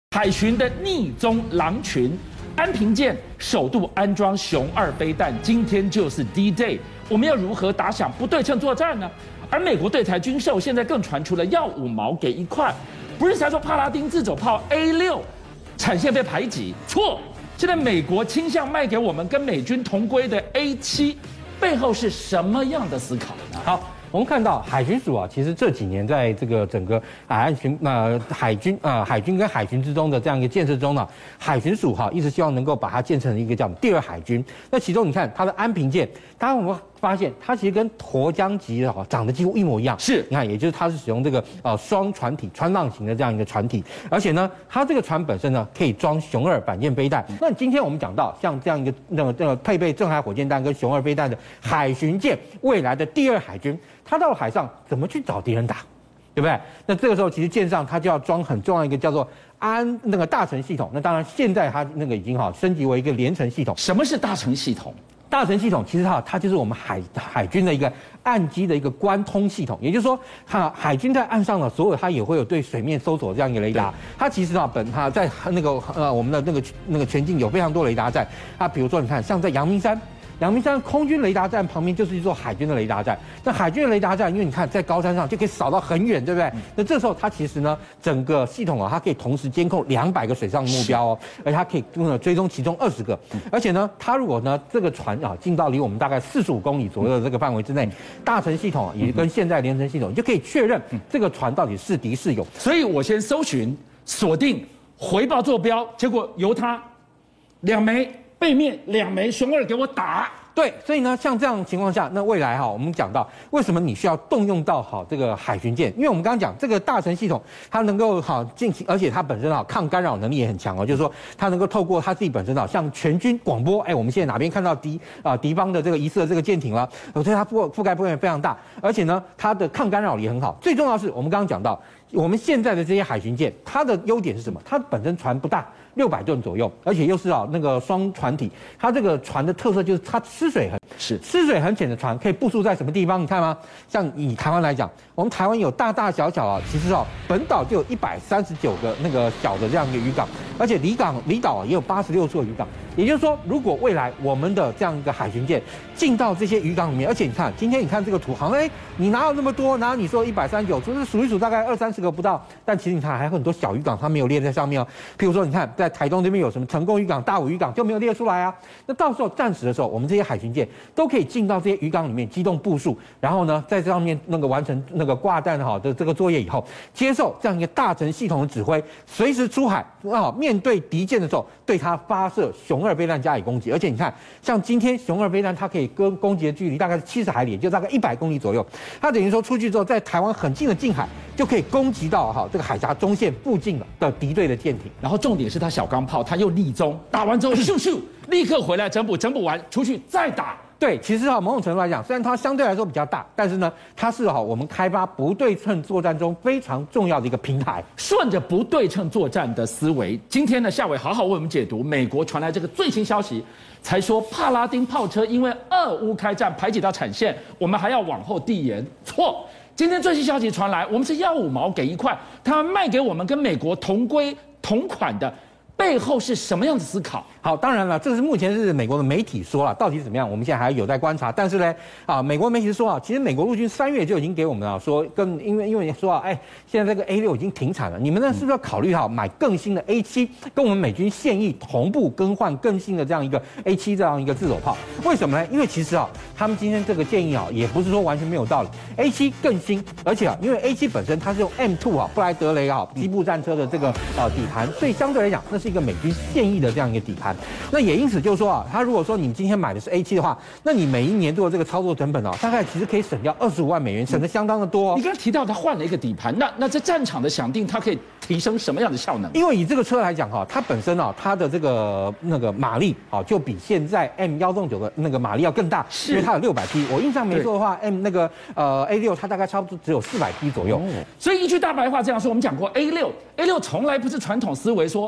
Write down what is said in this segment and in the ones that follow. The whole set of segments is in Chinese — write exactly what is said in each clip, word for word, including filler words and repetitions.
海巡的逆踪狼群，安平舰首度安装雄二飞弹，今天就是 D Day， 我们要如何打响不对称作战呢？而美国对台军售现在更传出了要五毛给一块，不是才说帕拉丁自走炮 A 六产线被排挤，错，现在美国倾向卖给我们跟美军同规的 A 七，背后是什么样的思考呢？ 好。我们看到海巡署啊，其实这几年在这个整个海岸巡呃海军呃海军跟海巡之中的这样一个建设中呢，海巡署哈一直希望能够把它建成一个叫第二海军。那其中你看它的安平舰，大家有没有发现它其实跟沱江级的哈长得几乎一模一样？是，你看，也就是它是使用这个呃双船体穿浪型的这样一个船体，而且呢，它这个船本身呢可以装雄二板舰飞弹。那今天我们讲到像这样一个那个那个配备正海火箭弹跟雄二飞弹的海巡舰，未来的第二海军。他到海上怎么去找敌人打，对不对？那这个时候其实舰上它就要装很重要一个叫做安那个大成系统。那当然现在它那个已经哈升级为一个联成系统。 什么是大成系统？ 大成系统其实哈它就是我们海海军的一个岸基的一个关通系统，也就是说，哈海军在岸上呢，所有它也会有对水面搜索这样一个雷达。它其实啊本它在那个呃我们的那个那个全境有非常多雷达站。啊，比如说你看像在阳明山。阳明山空军雷达站旁边就是一座海军的雷达站。那海军的雷达站，因为你看在高山上就可以扫到很远，对不对？那这时候它其实呢，整个系统啊，它可以同时监控两百个水上目标哦，而且它可以追踪其中二十个。而且呢，它如果呢这个船啊进到离我们大概四十五公里左右的这个范围之内，大成系统啊也跟现在联成系统，就可以确认这个船到底是敌是友。 所以我先搜寻、锁定、回报坐标，结果由它两枚背面两枚雄二给我打。 对，所以呢，像这样的情况下，那未来哈，我们讲到为什么你需要动用到好这个海巡舰，因为我们刚刚讲这个大成系统，它能够好进行，而且它本身啊抗干扰能力也很强哦，就是说它能够透过它自己本身啊，向全军广播，哎，我们现在哪边看到敌啊敌方的这个疑似的这个舰艇了，所以它覆覆盖范围非常大，而且呢，它的抗干扰力也很好。最重要的是，我们刚刚讲到，我们现在的这些海巡舰，它的优点是什么？它本身船不大。六百吨左右，而且又是啊那个双船体，它这个船的特色就是它吃水很是吃水很浅的船，可以部署在什么地方？你看吗？像以台湾来讲，我们台湾有大大小小啊，其实啊本岛就有一百三十九个那个小的这样一个渔港，而且离港离岛也有八十六处渔港。也就是说，如果未来我们的这样一个海巡舰进到这些渔港里面，而且你看今天你看这个图，好像哎你哪有那么多？哪有你说一百三十九？就是数一数大概二三十个不到，但其实你看还有很多小渔港它没有列在上面哦。譬如说你看在台东这边有什么成功渔港、大武渔港就没有列出来啊。那到时候战时的时候，我们这些海巡舰都可以进到这些渔港里面机动部署，然后呢在这上面那个完成那个挂弹好的这个作业以后，接受这样一个大成系统的指挥，随时出海啊面对敌舰的时候，对它发射雄二飞弹加以攻击。而且你看，像今天雄二飞弹它可以跟攻击的距离大概是七十海里，就大概一百公里左右。它等于说出去之后，在台湾很近的近海就可以攻击到哈这个海峡中线附近的敌对的舰艇。 然后重点是它小钢炮，它又立踪，打完之后咻咻立刻回来整补，整补完出去再打。 对，其实哈某种程度来讲，虽然它相对来说比较大，但是呢，它是哈我们开发不对称作战中非常重要的一个平台。 顺着不对称作战的思维，今天呢，夏伟好好为我们解读美国传来这个最新消息，才说帕拉丁炮车因为俄乌开战排挤到产线，我们还要往后递延。错，今天最新消息传来，我们是要五毛给一块，他们卖给我们跟美国同规同款的。背后是什么样的思考？ 好，当然了，这是目前是美国的媒体说了，到底是怎么样，我们现在还有待观察。但是呢，啊，美国媒体说啊，其实美国陆军三月就已经给我们了说，跟因为因为说啊，哎，现在这个 A 六已经停产了，你们呢是不是要考虑好买更新的 A 七，跟我们美军现役同步更换更新的这样一个 A 七这样一个自走炮？为什么呢？因为其实啊，他们今天这个建议啊，也不是说完全没有道理。A 七更新，而且啊，因为 A 七本身它是用 M 二 啊布莱德雷啊机步战车的这个啊底盘，所以相对来讲，那是一个美军现役的这样一个底盘。那也因此就是说啊，他如果说你今天买的是 A 七的话，那你每一年度的这个操作成本哦，大概其实可以省掉二十五万美元，省得相当的多哦。 你刚刚提到他换了一个底盘，那那在战场的响定，它可以提升什么样的效能？ 因为以这个车来讲哈，它本身啊，它的这个那个马力啊，就比现在 M 一六九的那个马力要更大，因为它有六百匹。我印象没错的话 ，M 那个呃 A 六它大概差不多只有四百匹左右。 哦，所以一句大白话这样说，我们讲过 A 六 A 六从来不是传统思维说它在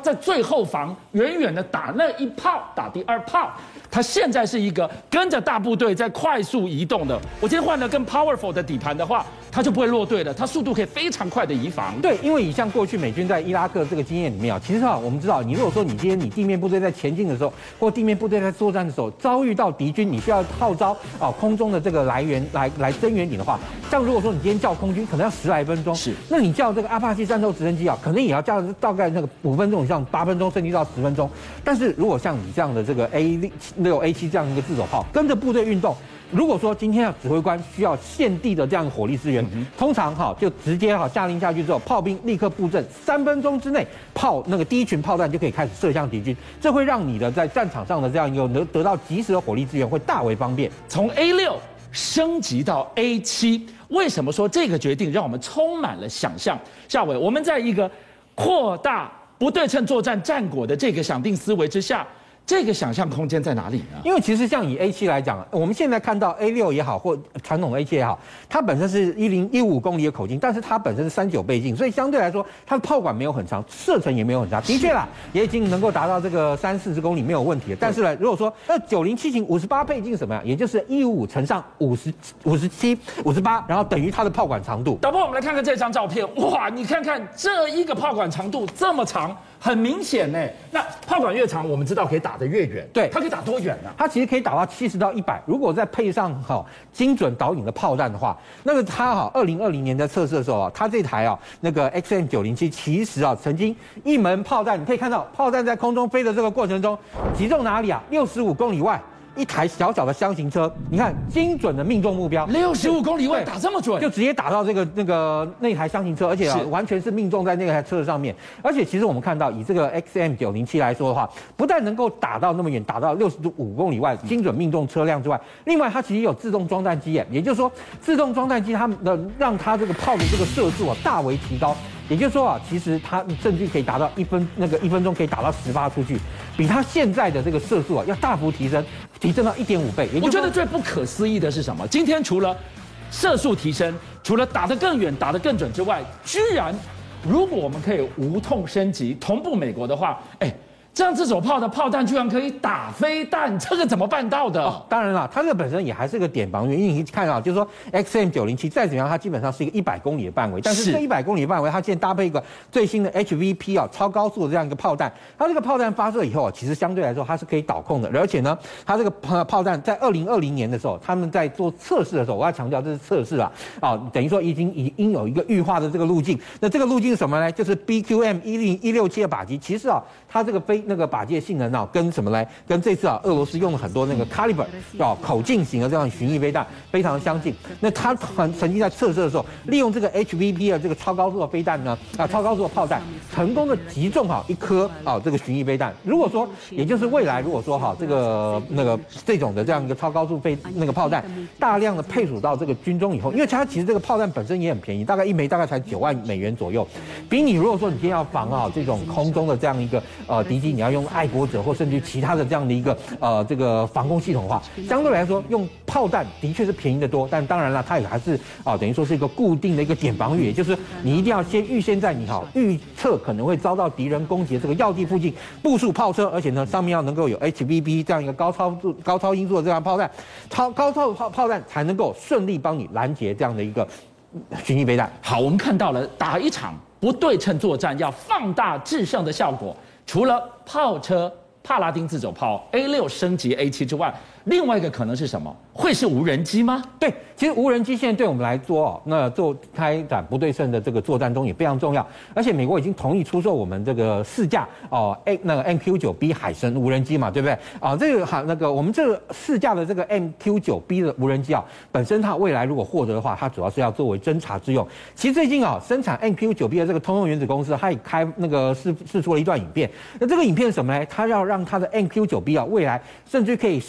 在最后方远远的打那一炮，打第二炮。他现在是一个跟着大部队在快速移动的。我今天换了更 powerful 的底盘的话，他就不会落队了，他速度可以非常快的移防。 对，因为以像过去美军在伊拉克这个经验里面啊，其实啊，我们知道，你如果说你今天你地面部队在前进的时候，或地面部队在作战的时候，遭遇到敌军，你需要号召啊空中的这个来源来来增援你的话，像如果说你今天叫空军，可能要十来分钟，是，那你叫这个阿帕奇战斗直升机啊，可能也要叫大概那个五分钟以上，八分钟甚至到十分钟。但是如果像你这样的这个 A 六 A 七这样一个自走炮，跟着部队运动。如果说今天要指挥官需要现地的这样的火力支援，嗯、通常哈就直接哈下令下去之后，炮兵立刻布阵，三分钟之内炮那个第一群炮弹就可以开始射向敌军，这会让你的在战场上的这样一个得得到及时的火力支援会大为方便。 从 A 六升级到 A 七，为什么说这个决定让我们充满了想象？夏伟，我们在一个扩大不对称作战战果的这个想定思维之下。这个想象空间在哪里呢？ 因为其实像以 A 七来讲，我们现在看到 A 六也好，或传统 A 七也好，它本身是一零一五公里的口径，但是它本身是三九倍镜，所以相对来说，它的炮管没有很长，射程也没有很长。的确啦，也已经能够达到这个三四十公里没有问题了。但是呢，如果说那九零七型五十八倍镜什么呀？也就是一五五乘上五十五十七五十八，然后等于它的炮管长度。 导播，我们来看看这张照片，哇，你看看这一个炮管长度这么长。很明显呢，那炮管越长，我们知道可以打得越远。对，它可以打多远呢？ 它其实可以打到七十到一百。如果再配上哈、哦、精准导引的炮弹的话，那个它哈二零二零年在测试的时候啊，它这台啊那个 X M 九零七其实啊曾经一门炮弹，你可以看到炮弹在空中飞的这个过程中，击中哪里啊？六十五公里外。一台小小的箱型车，你看精准的命中目标， 六十五公里外打这么准， 就直接打到这个那个那台箱型车，而且啊完全是命中在那台车上面。而且其实我们看到，以这个 X M 九零七来说的话，不但能够打到那么远，打到六十五公里外，精准命中车辆之外，另外它其实有自动装弹机耶，也就是说自动装弹机它的让它这个炮的这个射速啊大为提高。也就是说啊，其实它甚至可以达到一分那个一分钟可以打到十发出去，比它现在的这个射速啊要大幅提升，提升到一点五倍。 我觉得最不可思议的是什么？今天除了射速提升，除了打得更远、打得更准之外，居然如果我们可以无痛升级同步美国的话，哎。这样自走炮的炮弹居然可以打飞弹，这个怎么办到的？ 哦、当然了，它这个本身也还是个点防御，因为你看啊，就是说 X M 九零七再怎么样，它基本上是一个一百公里的范围，但是这一百公里的范围，它现在搭配一个最新的 H V P 啊超高速的这样一个炮弹，它这个炮弹发射以后啊，其实相对来说它是可以导控的，而且呢，它这个炮弹在二零二零年的时候，他们在做测试的时候，我要强调这是测试啊，啊，等于说已经已经有一个预化的这个路径，那这个路径是什么呢？就是 B Q M 一零一六七的靶机，其实啊，它这个飞那个靶机的性能啊，跟什么来？跟这次啊，俄罗斯用了很多那个 Caliber 啊口径型的这样巡弋飞弹非常相近。那它曾曾经在测试的时候，利用这个 H V P 的这个超高速的飞弹呢，啊超高速的炮弹，成功的击中好一颗啊这个巡弋飞弹。如果说，也就是未来如果说哈这个那个这种的这样一个超高速飞那个炮弹，大量的配属到这个军中以后，因为它其实这个炮弹本身也很便宜，大概一枚大概才九万美元左右，比你如果说你今天要防啊这种空中的这样一个呃敌机，你要用爱国者或甚至其他的这样的一个呃这个防空系统的话，相对来说用炮弹的确是便宜得多，但当然了，它也还是啊、呃、等于说是一个固定的一个点防御，也就是你一定要先预先在你好预测可能会遭到敌人攻击的这个要地附近部署炮车，而且呢上面要能够有 H V P 这样一个高超高超音速的这样炮弹，超高超炮炮弹才能够顺利帮你拦截这样的一个巡弋飞弹。 好，我们看到了打一场不对称作战要放大制胜的效果，除了炮车帕拉丁自走炮 A 六升级 A 七之外，另外一个可能是什么？会是无人机吗？ 对，其实无人机现在对我们来说哦，那做开展不对称的这个作战中也非常重要。而且美国已经同意出售我们这个四架哦 ，A 那个 M Q 九 B 海神无人机嘛，对不对？啊，这个哈那个我们这个四架的这个 M Q 九 B 的无人机啊，本身它未来如果获得的话，它主要是要作为侦察之用。其实最近啊，生产 M Q 九 B 的这个通用原子公司，它也开那个试试出了一段影片。那这个影片是什么呢？它要让它的 M Q 九 B 啊，未来甚至可以上舰，是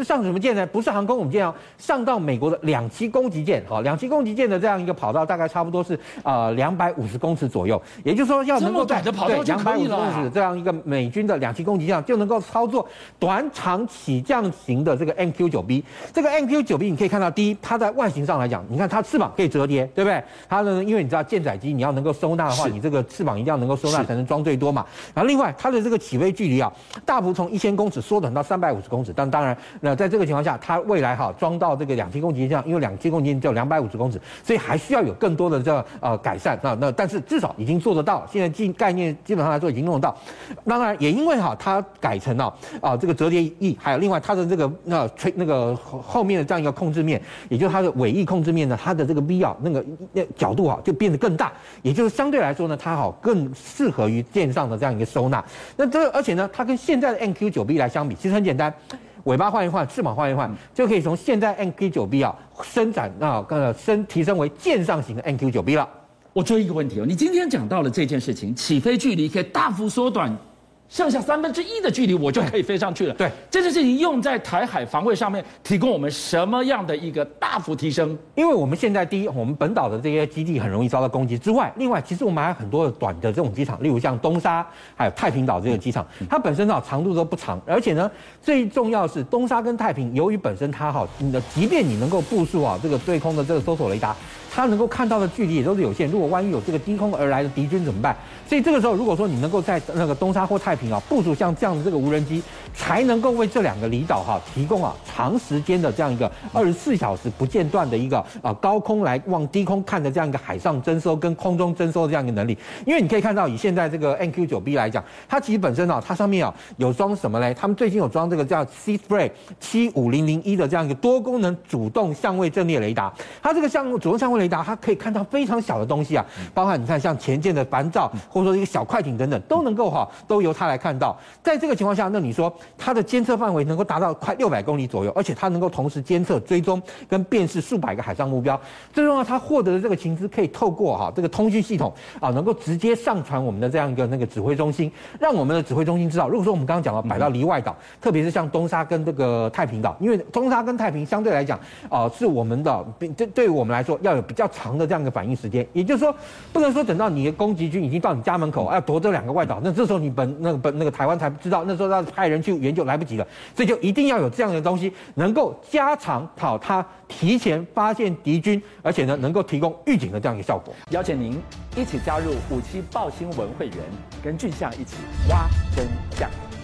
上什么舰呢？不是航空母舰哦，上到美国的两栖攻击舰，好，两栖攻击舰的这样一个跑道大概差不多是呃两百五十公尺左右，也就是说要能够在两百五十公尺这样一个美军的两栖攻击舰就能够操作短场起降型的这个 M Q 九 B。这个 M Q 九 B 你可以看到，第一，它在外形上来讲，你看它翅膀可以折叠，对不对？它呢，因为你知道舰载机你要能够收纳的话，你这个翅膀一定要能够收纳才能装最多嘛。然后另外它的这个起飞距离啊，大幅从一千公尺缩短到三百五十公尺。但当然，那在这个情况下，它未来哈装到这个两栖攻击舰上，因为两栖攻击舰只有两百五十公尺，所以还需要有更多的这个呃改善啊。那但是至少已经做得到，现在基概念基本上来说已经弄得到。当然也因为哈它改成了啊这个折叠翼，还有另外它的这个那吹那个后面的这样一个控制面，也就是它的尾翼控制面呢，它的这个 V 啊那个角度啊就变得更大，也就是相对来说呢，它好更适合于舰上的这样一个收纳。那这个而且呢，它跟现在的 M Q 九 B 来相比，其实很简单。尾巴换一换，翅膀换一换，就可以从现在 M Q 九 B 啊伸展啊呃升提升为舰上型的 M Q 九 B 了。 我追一个问题哦，你今天讲到了这件事情，起飞距离可以大幅缩短。剩下三分之一的距离，我就可以飞上去了。 对， 这件事情用在台海防卫上面，提供我们什么样的一个大幅提升？ 因为我们现在第一，我们本岛的这些基地很容易遭到攻击之外，另外，其实我们还有很多的短的这种机场，例如像东沙，还有太平岛这个机场，它本身啊长度都不长，而且呢，最重要的是东沙跟太平，由于本身它哈，你的即便你能够部署啊这个对空的这个搜索雷达，它能够看到的距离也都是有限。如果万一有这个低空而来的敌军怎么办？所以这个时候，如果说你能够在那个东沙或太平啊部署像这样的这个无人机，才能够为这两个离岛哈提供啊长时间的这样一个二十四小时不间断的一个啊高空来往低空看的这样一个海上征收跟空中征收的这样一个能力。因为你可以看到，以现在这个 M Q 九 B 来讲，它其实本身啊，它上面啊有装什么嘞？他们最近有装这个叫 Seaspray 七五零零一的这样一个多功能主动相位阵列雷达。它这个相主动相位雷达，它可以看到非常小的东西啊，包含你看像前舰的帆罩，或者说一个小快艇等等，都能够哈都由它来看到。在这个情况下，那你说它的监测范围能够达到快六百公里左右，而且它能够同时监测、追踪跟辨识数百个海上目标。最重要，它获得的这个情资可以透过哈这个通讯系统啊，能够直接上传我们的这样一个那个指挥中心，让我们的指挥中心知道，如果说我们刚刚讲到摆到离外岛，特别是像东沙跟这个太平岛，因为东沙跟太平相对来讲啊是我们的对对于我们来说要有比较长的这样一个反应时间，也就是说不能说等到你的攻击军已经到你家门口要夺这两个外岛，那这时候你本那个本那个台湾才知道，那时候要派人去援救来不及了，所以就一定要有这样的东西，能够加长好它提前发现敌军，而且呢能够提供预警的这样一个效果。 邀请您一起加入五七爆新闻会员，跟俊相一起挖真相。